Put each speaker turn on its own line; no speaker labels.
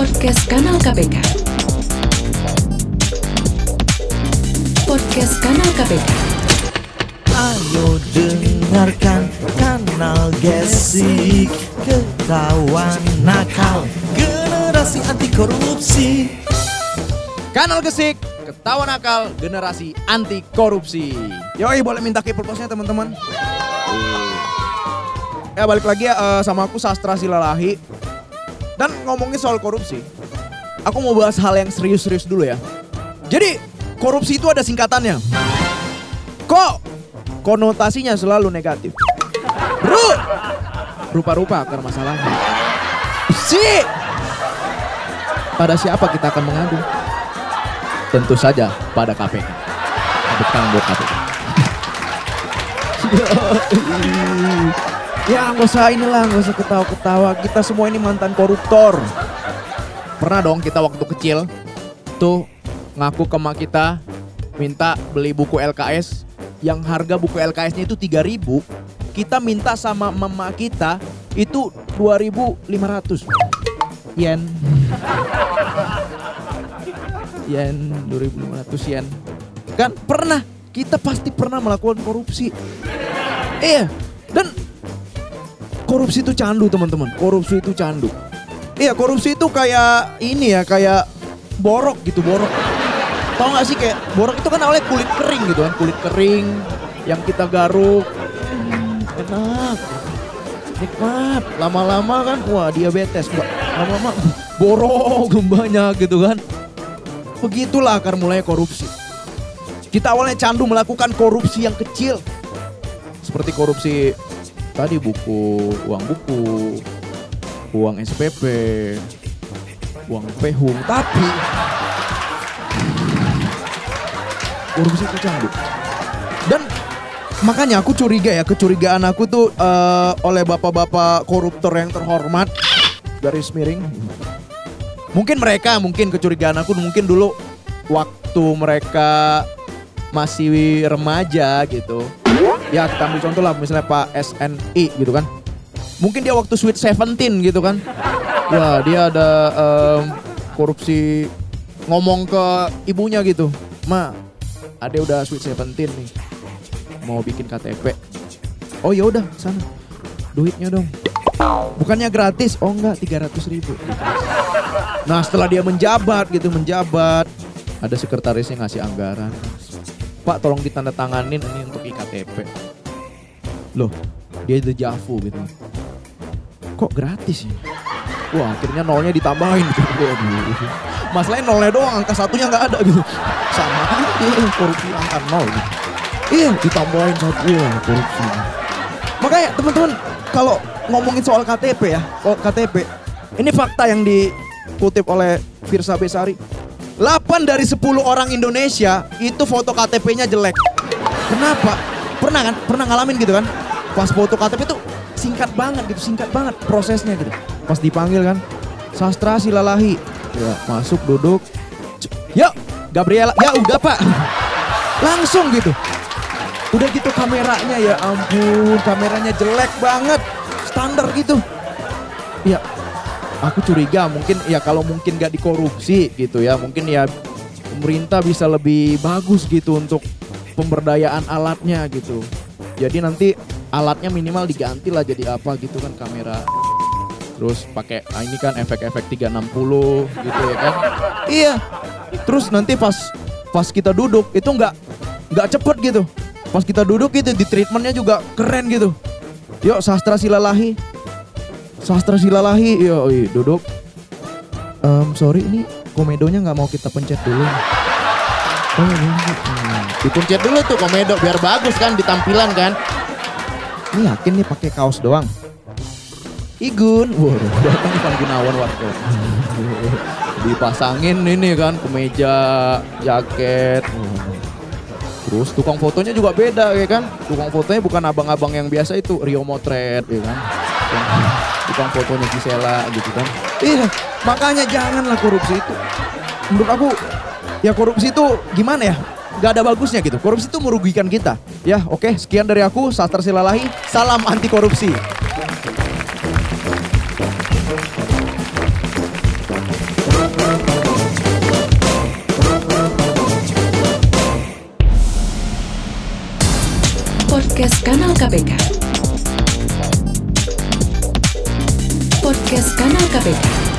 Podcast Kanal KPK. Podcast Kanal KPK.
Ayo dengarkan Kanal Gesik, ketahuan nakal, generasi anti korupsi.
Kanal Gesik, ketawa nakal, generasi anti korupsi. Yoi, boleh minta key purpose-nya teman-teman. Ya balik lagi ya sama aku Sastra Silalahi. Dan ngomongin soal korupsi, aku mau bahas hal yang serius-serius dulu ya. Jadi korupsi itu ada singkatannya. Kok konotasinya selalu negatif? Rupa-rupa akar masalahnya. Pada siapa kita akan mengadu? Tentu saja pada KPK. Tepuk tangan buat KPK. Ya nggak usah ketawa-ketawa. Kita semua ini mantan koruptor. Pernah dong kita waktu kecil tuh ngaku ke mak kita minta beli buku LKS yang harga buku LKS-nya itu 3.000. Kita minta sama mama kita itu 2.500 yen. Yen 2.500 yen. Kan pernah, kita pasti pernah melakukan korupsi. Iya, dan korupsi itu candu teman-teman. Korupsi itu candu. Iya, korupsi itu kayak ini ya, kayak borok gitu, borok. Tahu gak sih kayak borok itu kan awalnya kulit kering gitu kan, kulit kering yang kita garuk. Enak, nikmat. Lama-lama kan, wah diabetes. Lama-lama borok banyak gitu kan. Begitulah akar mulanya korupsi. Kita awalnya candu melakukan korupsi yang kecil. Seperti korupsi tadi uang buku, uang SPP, uang pehung. Tapi korupsi itu candu. Dan makanya aku curiga ya, kecurigaan aku tuh oleh bapak-bapak koruptor yang terhormat, garis miring. Mungkin kecurigaan aku mungkin dulu waktu mereka masih remaja gitu. Ya kita ambil contoh lah misalnya Pak SNI gitu kan. Mungkin dia waktu Sweet 17 gitu kan. Wah dia ada korupsi, ngomong ke ibunya gitu. Ma, ade udah Sweet 17 nih, mau bikin KTP. Oh ya udah sana, duitnya dong. Bukannya gratis, oh enggak 300.000. Nah setelah dia menjabat, ada sekretarisnya ngasih anggaran. Pak tolong ditandatanganin ini untuk iktp. Loh dia dejavu gitu. Kok gratis ya? Wah akhirnya nolnya ditambahin gitu. Masalahnya nolnya doang, angka satunya gak ada gitu. Sama aja korupsi angka nol gitu. Iya ditambahin satu, wah korupsi. Makanya teman-teman kalau ngomongin soal KTP ya, KTP. Ini fakta yang dikutip oleh Firsa Besari. 8 dari 10 orang Indonesia itu foto KTP-nya jelek. Kenapa? Pernah ngalamin gitu kan? Pas foto KTP itu singkat banget prosesnya gitu. Pas dipanggil kan, Sastra Silalahi. Ya, masuk duduk. Yuk, Gabriela. Ya udah Pak. Langsung gitu. Udah gitu kameranya, ya ampun, kameranya jelek banget. Standar gitu. Ya, aku curiga mungkin ya kalau mungkin gak dikorupsi gitu ya. Mungkin ya pemerintah bisa lebih bagus gitu untuk pemberdayaan alatnya gitu. Jadi nanti alatnya minimal diganti lah jadi apa gitu kan, kamera. Terus pakai ini kan efek-efek 360 gitu ya kan. Iya. Terus nanti pas kita duduk itu nggak cepet gitu. Pas kita duduk itu di treatmentnya juga keren gitu. Yuk Sastra Silalahi, yuk duduk. Sorry ini komedonya nggak mau kita pencet dulu. Oh iya. Dipencet dulu tuh komedo biar bagus kan di tampilan kan. Ini yakin nih pakai kaos doang. Igun, waduh, datang Ivan Gunawan warga. Dipasangin ini kan kemeja, jaket. Terus tukang fotonya juga beda ya kan. Tukang fotonya bukan abang-abang yang biasa itu, Rio Motret ya kan. Tukang fotonya Gisela gitu kan. Iya, makanya janganlah korupsi itu. Menurut aku ya korupsi itu gimana ya? Gak ada bagusnya gitu. Korupsi itu merugikan kita. Ya oke, sekian dari aku Sastra Silalahi. Salam anti korupsi.
Podcast Kanal KPK. Podcast Kanal KPK.